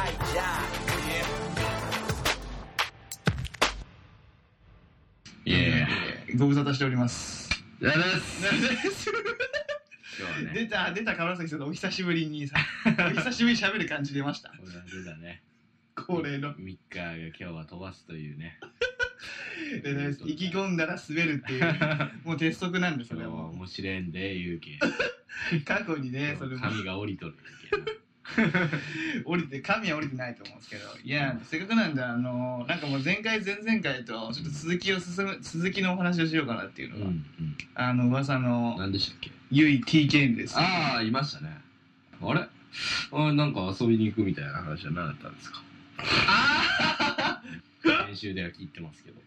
ご無沙汰しております。 今日はね、出た川崎さんのお久しぶりにさお久しぶりに喋る感じ出ました。 出たね。 恒例のミッカーが今日は飛ばすというね。 で意気込んだら滑るっていうもう鉄則なんですよね。もう面白いんで言うけ過去にね、それも神が降りとるけ降りて神は降りてないと思うんですけど、いやせっかくなんでなんかもう前回前々回とちょっと続きのお話をしようかなっていうのが、噂の何でしたっけ、 ゆい TK です。 ああいましたね。あれなんか遊びに行くみたいな話じゃなかったんですか。編集では聞いてますけど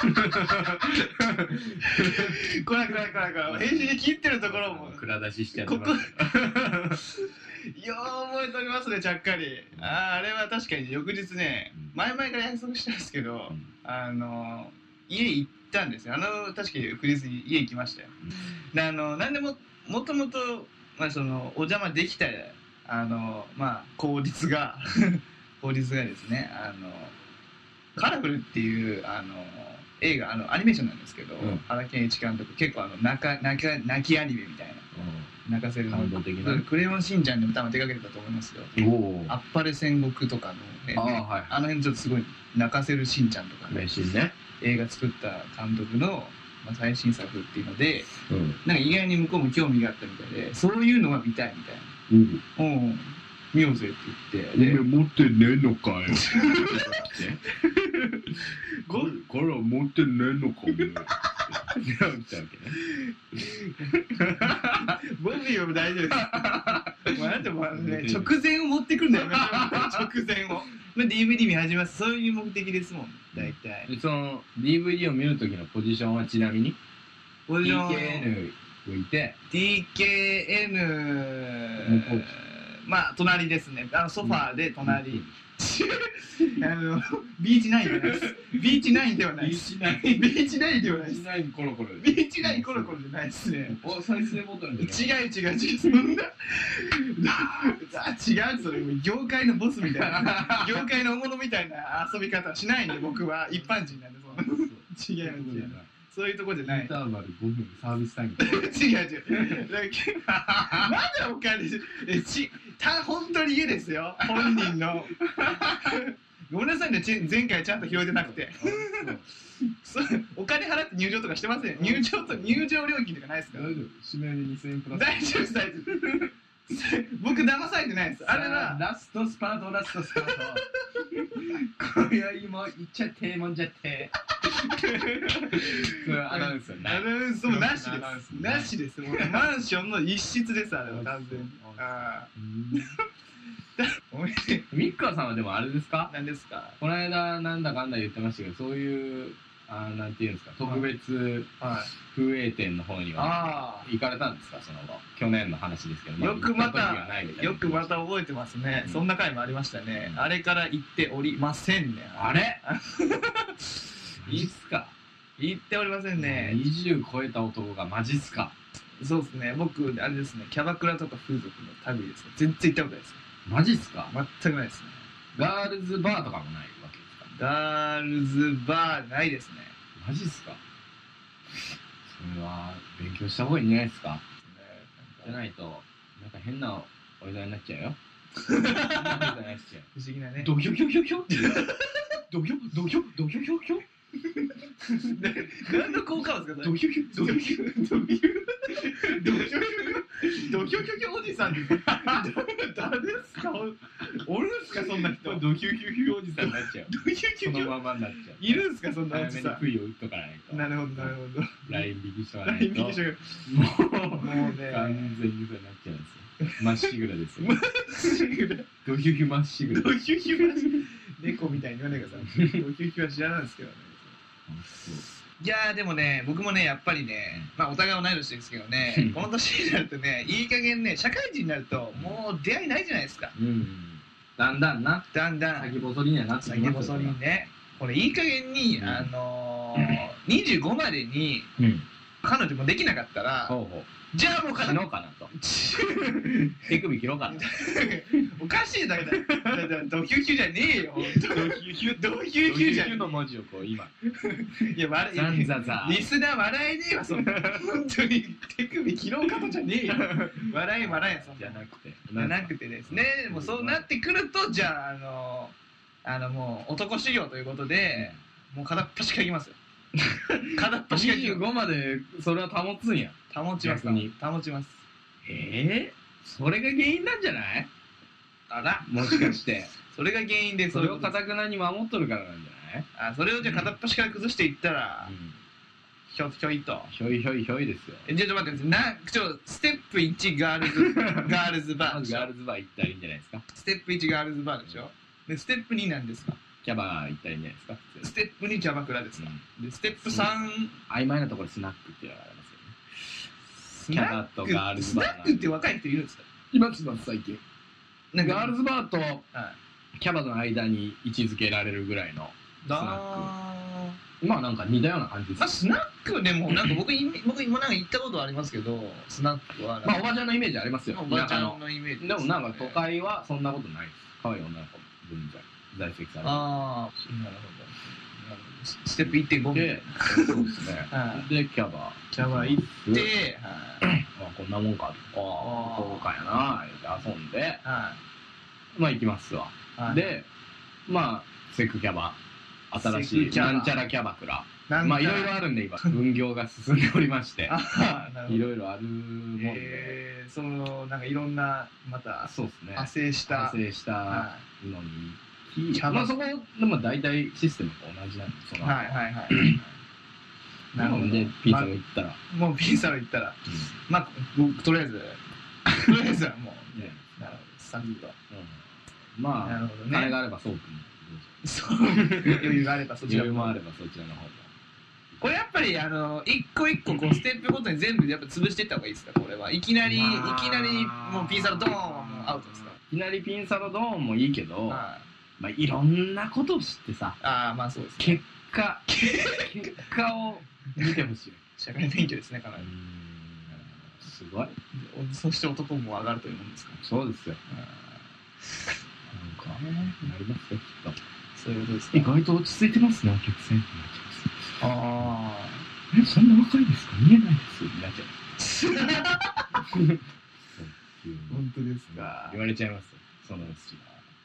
こら編集で切ってるところも蔵出ししちゃってますよう覚えておりますね、ちゃっかり。あれは確かに翌日ね、前々から約束したんですけど、家行ったんですよ。確かに翌日に家行きましたよ。なんでもともとお邪魔できた口実がですね、カラフルっていう映画アニメーションなんですけど、原健一監督、結構泣きアニメみたいな、泣かせる感動的なクレヨンしんちゃんでも多分手掛けてたと思いますよ。あっぱれ戦国とかの、あの辺ちょっとすごい泣かせるしんちゃんとか、 ね、 映画作った監督の、最新作っていうので、なんか意外に向こうも興味があったみたいで、そういうのが見たいみたいな、見ようぜって言って、 で持ってねえのかよこれは持ってねえのかボビーは大丈夫です。なんてもね、直前を持ってくるんだよね。直前を。DVD 見始めます。そういう目的ですもん、大体。 その DVD を見るときのポジションはちなみにポジション TKN 置いて TKN 隣ですね。ソファーで隣。ビーチナインではないです。ビーチナインではないです。ビーチナインではないです。 ビーチナインコロコロビーチナインコロコロじゃないですね。 再生ボタンで違う。そんな。違う、それ業界のボスみたいな。業界の大物みたいな遊び方しないんで、僕は一般人なんで。違う。そういうとこじゃない。 インターバル5分サービスタイム。 違う。なんでお金本当に家ですよ。本人の。ごめんなさいね、前回ちゃんと拾えてなくて。お金払って入場とかしてません。入場料金とかないですか。 大丈夫。指名で2000円プラス。 大丈夫。僕騙されてないです。あれはラストスパート。今宵も行っちゃってもんじゃって。アナウンスもなしです。もうマンションの一室です、あれは完全に。 ミッカーさんはでもあれですか。 何ですか。 この間なんだかんだ言ってましたけど、そういうなんていうんですか、特別風営店の方には行かれたんですか、その後。去年の話ですけど。 よくまた覚えてますね。そんな回もありましたね。あれから行っておりませんね。 あれいいっすか。 行っておりませんね。 20超えた男がマジっすか。 そうですね。僕あれですね、キャバクラとか風俗の類ですね。全然行ったことないです。 マジっすか。 全くないですね。 ガールズバーとかもないわけですか。 ガールズバーないですね。 マジっすか。それは勉強した方がいいんじゃないですか。じゃないとなんか変なおじさんになっちゃうよ。不思議なね。 ドキョキョキョキョってドキョ何の効果ですか。 ドキョキョおじさんです。誰ですか。おるんすかそんな人。 ドキョキョおじさんになっちゃう。そのままになっちゃう。 いるんすかそんなおじさん。 早めに杭を打っとかないと。 なるほど。 ライン引きしとかないと。もうね完全にそうになっちゃうんですよ。まっしぐらですよ。ドキョキョまっしぐら。 猫みたいに言わないでください。ドキョキョは知らないですけどね。いやでもね、僕もね、やっぱりね、お互い同い年ですけどね、この年になるとね、いい加減ね、社会人になるともう出会いないじゃないですか。 だんだん先細りにはなってきますよ。 ね。これいい加減に25までに彼女もできなかったら、じゃあもう死のうかなと。手首切ろうかな。 おかしいだけだよ。ドヒュヒュじゃねえよ。ドヒュヒュじゃねえ。 の文字をこう今。 いや、リスナー笑えねえわ、そんな。本当に手首切ろうかとじゃねえよ。笑え。 じゃなくて。 じゃなくてですね、もうそうなってくると、じゃあ、もう男修行ということで、もう片っ端からいきますよ。片っ端から 25までそれは保つんや。 保ちます。 それが原因なんじゃない？ あら、 もしかしてそれが原因でそれを固くなに守っとるからなんじゃない？ それをじゃあ片っ端から崩していったら、ひょいとひょいですよ。 ちょっと待ってください。ステップ1ガールズバーまずガールズバー行ったらいいんじゃないですか。 ステップ1ガールズバーでしょ。でステップ2なんですか。 キャバ行ったらいいんじゃないですか。 ステップ2キャバクラですか。でステップ3 曖昧なところスナックっていうのがありますよね。キャバとガールズバー。 スナックって若い人いるんですか？ います最近。ガールズバーとキャバの間に位置づけられるぐらいのスナック。まあなんか似たような感じです。 スナックでもなんか僕今なんか行ったことありますけど、スナックはまあおばちゃんのイメージありますよ。 おばちゃんのイメージでもなんか都会はそんなことないです。可愛い女の子も全然在籍されてる。 なるほど。ステップ 1.5 で、そうですね。でキャバ行って、 こんなもんかとか、そうかやな遊んで、まあ行きますわ。で、まあセクキャバ、新しいなんちゃらキャバクラ、まあいろいろあるんで今分業が進んでおりまして、いろいろあるもんで、 そのなんかいろんなまたそうですね派生したのに。まあそこでも大体システムと同じなんで、そのなのでピーサロ行ったらもうピーサロ行ったらまあとりあえずはもうね、なるほど、サクッとまあ金があればそう余裕があればそちらもあればそちらの方も。 これやっぱり一個一個こうステップごとに全部やっぱ潰していった方がいいですか？これはいきなりもうピンサロドーンはもうアウトですか？ いきなりピンサロドーンもいいけど、まあいろんなことを知ってさ、 まあそうです結果を見てほしい。 社会勉強ですね、かなり。 すごい。 そして男も上がるというもんですか？ そうですよ。なんかなりますよ、きっと。 そういうことですか？ 意外と落ち着いてますね、お客さんになっちゃいます。そんな若いですか？見えないですになっちゃいます。 本当ですか？ 言われちゃいますよ、そのうち。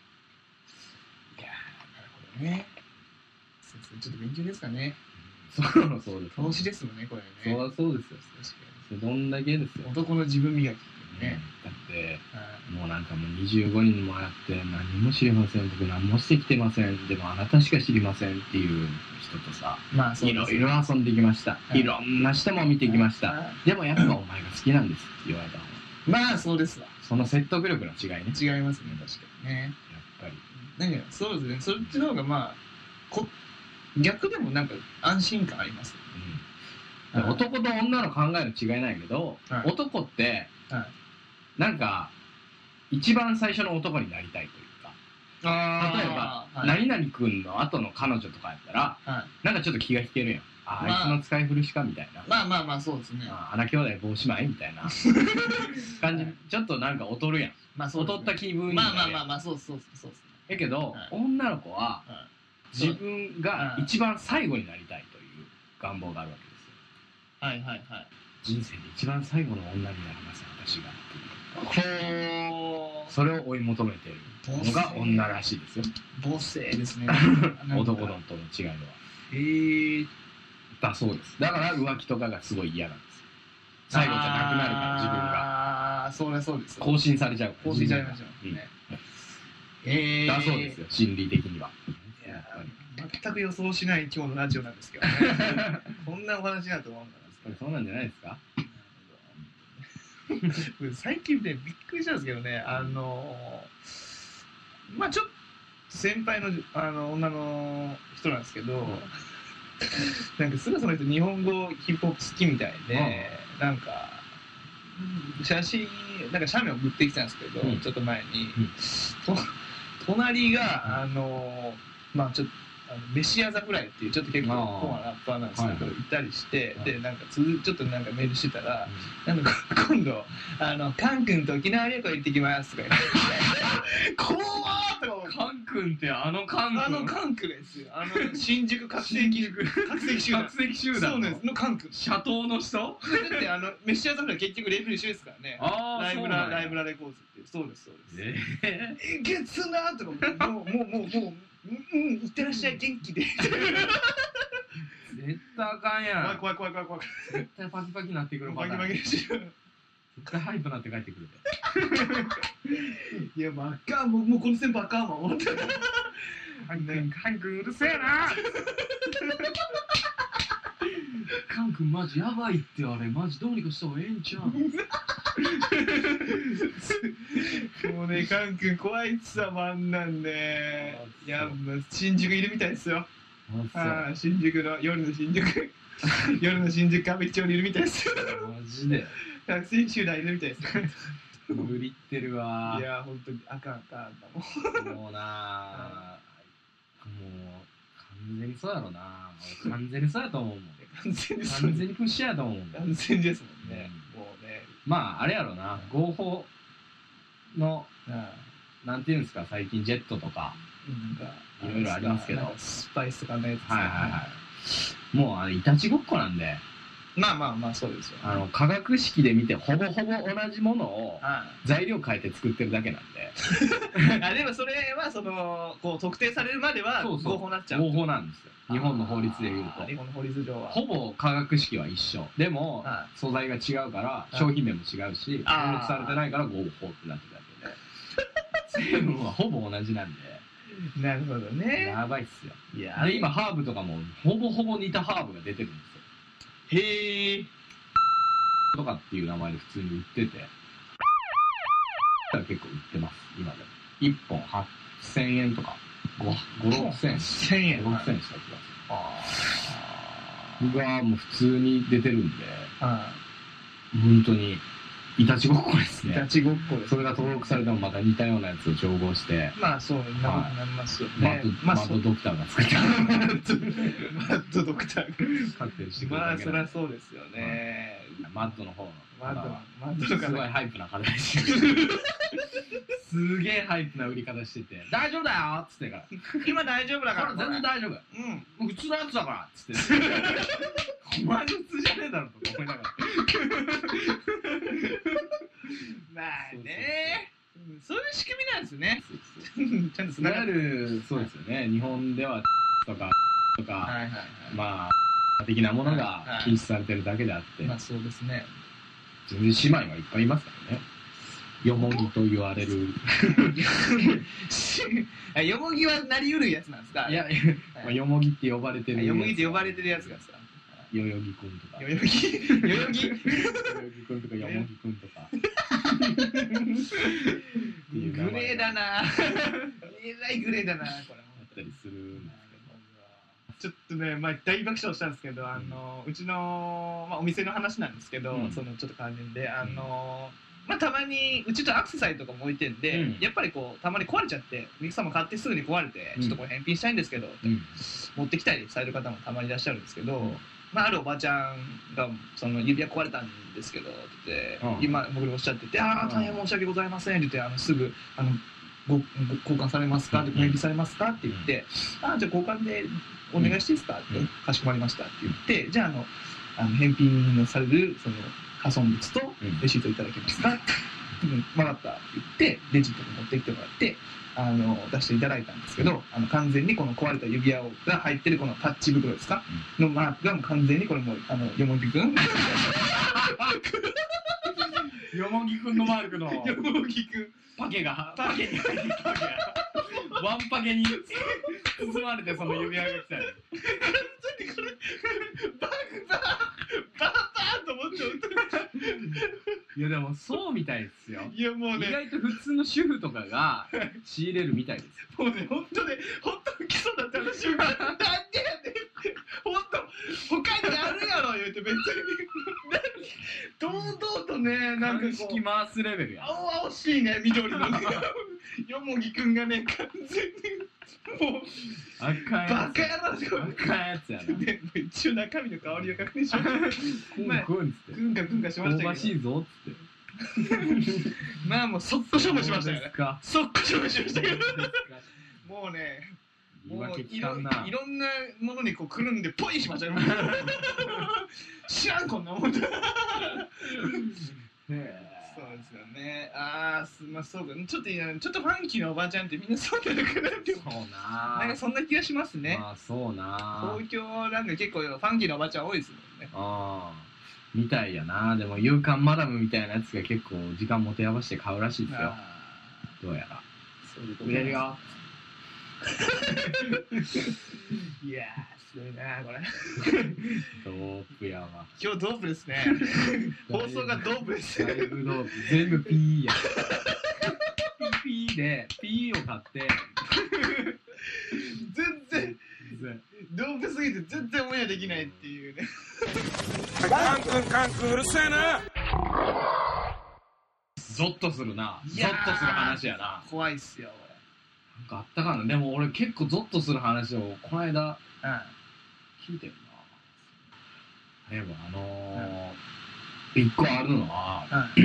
ね、ちょっと勉強ですかね。 そうです。 投資ですもんね、これね。 そうですよ。どんだけですよ。 男の自分磨きね。 だってもうなんかもう25人もらって何も知りません、僕何もしてきてません、でもあなたしか知りませんっていう人とさ、いろいろ遊んできました、いろんな人も見てきました、でもやっぱお前が好きなんですって言われた。 まあそうですわ。 その説得力の違いね。 違いますね、確かにね。 やっぱりなんかそうですね、そっちの方がまあ逆でもなんか安心感あります。 男と女の考えの違いないけど、男ってなんか一番最初の男になりたいというか、例えば何々君の後の彼女とかやったらなんかちょっと気が引けるやん。あいつの使い古しかみたいな。 まあそうですね。 穴兄弟棒姉妹みたいな感じ、ちょっとなんか劣るやん。劣った気分になるやん。 まあそうですね。 やけど女の子は自分が一番最後になりたいという願望があるわけですよ。人生で一番最後の女になります私がっていう、それを追い求めているのが女らしいですよ。 母性ですね。 男のとの違いはだそうです。だから浮気とかがすごい嫌なんですよ。最後じゃなくなるから自分がそうです。 更新されちゃう。 更新されましょうね。 だそうですよ、心理的には。 全く予想しない今日のラジオなんですけどね。こんなお話になると思うんだな。 そうなんじゃないですか？ 最近ね、びっくりしたんですけどね、まあちょっと先輩の女の人なんですけど、なんかすぐその人日本語ヒップホップ好きみたいで、なんか写メを送ってきたんですけど、ちょっと前に、隣がまあちょっとメシアザフライっていうちょっと結構コアなラッパーなんですけど、いたりして、でなんかちょっとなんかメールしてたら、なんか今度カン君と沖縄旅行行ってきますとか言って怖ーとか。 カン君ってカン君ですよ。新宿覚醒器集団そうなんですのカン君。 社党の人？ だってメシアザフライ結局レーベル一緒ですからね。ライブラレコーズっていう。そうです。えげつなーとかもういってらっしゃい元気で。 絶対あかんやん。 怖い。 絶対パキパキになってくる。 パキパキしろ。 絶対ハイプなって帰ってくる。 いやもうあかんもうこの先輩あかんわ思って。 ハン君うるせえな。カン君マジやばいってあれマジどうにかした方がええんちゃう。 もうねカン君怖いっすわまんなんで。いや新宿いるみたいですよ。新宿の夜の新宿歌舞伎町にいるみたいですよ。 マジで学生集団いるみたいですよ。 無理ってるわ。 いや本当にあかんだもん。もうなもう完全にそうやろな。完全にそうやと思うもん。完全にプッシュやと思うもん。 完全ですもんね。もうねまああれやろな合法のなんていうんですか最近ジェットとかいろいろありますけどスパイスとかのやつもういたちごっこなんで。 まあそうですよ。 化学式で見てほぼ同じものを材料変えて作ってるだけなんで。 でもそれはこう特定されるまでは合法になっちゃう。 合法なんですよ。日本の法律でいうと。 日本の法律上はほぼ化学式は一緒。でも素材が違うから商品名も違うし登録されてないから合法ってなってるだけで。成分はほぼ同じなんで。 なるほどね。 やばいっすよ。で今ハーブとかもほぼ似たハーブが出てるんですよ。 へえ。 とかっていう名前で普通に売ってて結構売ってます今でも。1本8000円とか5,000-6,000円した気がする。僕はもう普通に出てるんで本当にいたちごっこですね。 いたちごっこです。 それが登録されてもまた似たようなやつを調合してそうなことになりますよね。 マッドドクターが作ったマッドドクターが勝手にしてくれるだけそりゃそうですよね。 マッドの方のマッドのすごいハイプな課題してる。すげえハイプな売り方してて大丈夫だよっつってから今大丈夫だから全然大丈夫。もう普通のやつだからっつってお前の普通じゃねえだろとか思いながらまあねそういう仕組みなんですね。ちゃんといわゆるそうですよね。日本ではとかまあ的なものが禁止されてるだけであってそうですね。 全然姉妹はいっぱいいますからね。よもぎと言われるよもぎはなりうるやつなんですか。 いやよもぎって呼ばれてるよもぎって呼ばれてるやつがさよよぎくんとかよよぎくんとかよもぎくんとかグレーだなえらいグレーだなこれあったりするんですけどちょっとね大爆笑したんですけどうちのお店の話なんですけどそのちょっと関連でたまにうちとアクセサリーとかも置いてんでやっぱりこうたまに壊れちゃってお客様買ってすぐに壊れてちょっとこれ返品したいんですけど持ってきたりされる方もたまにいらっしゃるんですけどあるおばちゃんがその指輪壊れたんですけどって今僕におっしゃってて大変申し訳ございませんって言ってすぐ交換されますかって返品されますかって言ってじゃあ交換でお願いしていいですかってかしこまりましたって言ってじゃあ返品のされるその破損物とレシートいただけますかって分かったって言ってレジットに持ってきてもらって出していただいたんですけど完全にこの壊れた指輪が入ってるこのタッチ袋ですかのマークがもう完全にこれもよもぎくんよもぎくんのマークのよもぎくんパケに入ってたわけやワンパケに包まれてその指輪が来たよこれバーンと思っちゃういやでもそうみたいですよ。 いやもうね意外と普通の主婦とかが仕入れるみたいですよ。もうね本当来そうだった話がなんでやねん本当他にあるやろ言うて別に堂々とねなんかこう式回すレベルや青々しいね緑のねよもぎくんがね完全にあかんバカ野郎でしょ。 あかんやつやな。 で一応中身の香りを確認しました。 クンっつって。 クンカクンカしましたけど。 香ばしいぞっつって。 まあもうそっと処分しましたよね。そっと処分しましたけど。もうね、もういろんなものにこうくるんでポイしましたよ。知らんこんなもんだ。そうですよね。まあそうか。ちょっとファンキーなおばちゃんってみんなそうなのかなって。 そうな。 なんかそんな気がしますね。 まあそうな。 東京なんか結構ファンキーなおばちゃん多いですもんね。 みたいやな。でも勇敢マダムみたいなやつが結構時間持て余して買うらしいですよ。どうやら。売れるよ。 いやすごいなこれ。 ドープやわ。 今日ドープですね。放送がドープです。 だいぶドープ。全部ピーや。ピーでピーを買って。 全然ドープすぎて全然オンエアできないっていうね。 カン君うるせえな。 ゾッとするな。ゾッとする話やな。 怖いっすよ。 なんかあったかな。でも俺結構ゾッとする話をこの間聞いてるな。でも一個あるのは、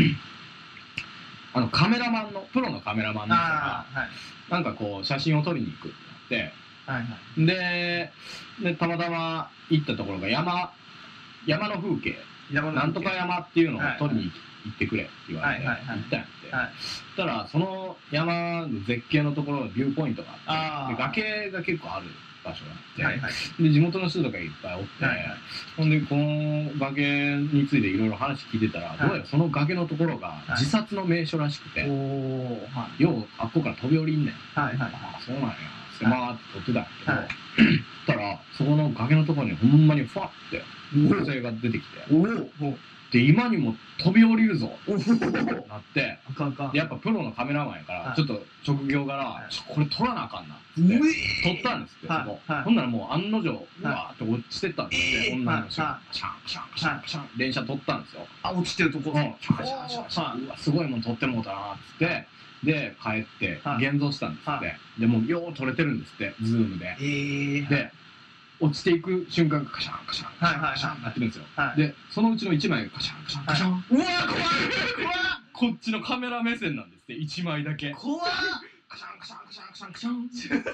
カメラマンのプロのカメラマンの人がなんかこう写真を撮りに行くってなって、でたまたま行ったところが山の風景、なんとか山っていうのを撮りに行ってくれって言われて行ったんやって。そしたらその山の絶景のところのビューポイントがあって、崖が結構ある場所があって、で地元の人とかいっぱいおって、ほんでこの崖についていろいろ話聞いてたら、どうやらその崖のところが自殺の名所らしくて、ようあっこから飛び降りんねん。そうなんや。狭って撮ってたんやけど、そしたらそこの崖のところにほんまにファって女性が出てきて、で今にも飛び降りるぞってなって、やっぱプロのカメラマンやからちょっと職業柄これ撮らなあかんなって撮ったんですって。そこほんならもう案の定うわーって落ちてったんですって。女の人がシャンシャンシャンシャン電車撮ったんですよ。 落ちてるとこシャンシャンシャンシャン、うわすごいもん撮ってもうたなっつって、で帰って現像したんですって。でもうよう撮れてるんですって、ズームで。で落ちていく瞬間がカシャンカシャンカシャンカシャンなってるんですよ。でそのうちの1枚がカシャンカシャンカシャン、うわ怖いこっちのカメラ目線なんですって1枚だけ。 怖っ。 カシャンカシャンカシャンカシャンカシャン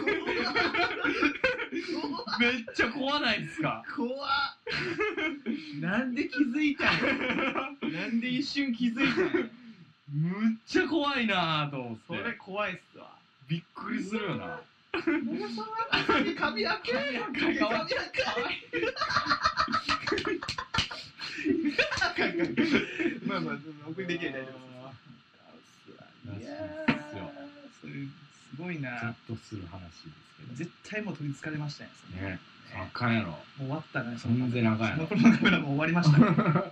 めっちゃ怖ないですか。 怖っ。なんで気づいたの。なんで一瞬気づいたの。 むっちゃ怖いなと思って。 それ怖いっすわ。 びっくりするよな。 髪開けまあ送りできない大丈夫です。いやすごいな。 ゾッとする話ですけど、 絶対もう取りつかれましたね。 あかんやろ。もう終わったね。 全然あかんやろ。 このカメラも終わりました。じゃあ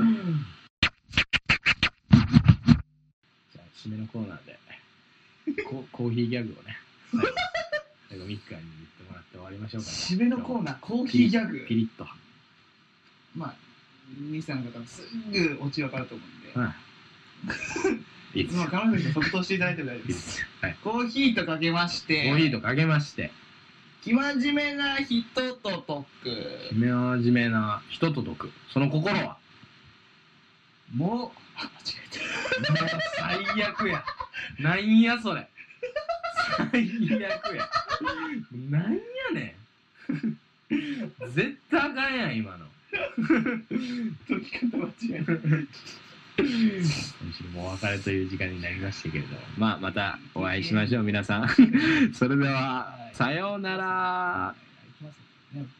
締めのコーナーでコーヒーギャグをね。最後ミッカーに言ってもらって終わりましょうかね。 締めのコーナー、コーヒーギャグ。 ピリッと。 まあ、ミさんの方もすぐオチ分かると思うんで。いつも彼女に即答していただいて大丈夫です。コーヒーとかけまして。 コーヒーとかけまして。 生真面目な人と解く。 生真面目な人と解く。その心はもう、間違えた。 もう最悪や。なんやそれ。最悪や。なんやねん。絶対あかんやん今の。 解き方間違えた。 今週もお別れという時間になりましたけれども、またお会いしましょう皆さん。それではさようなら。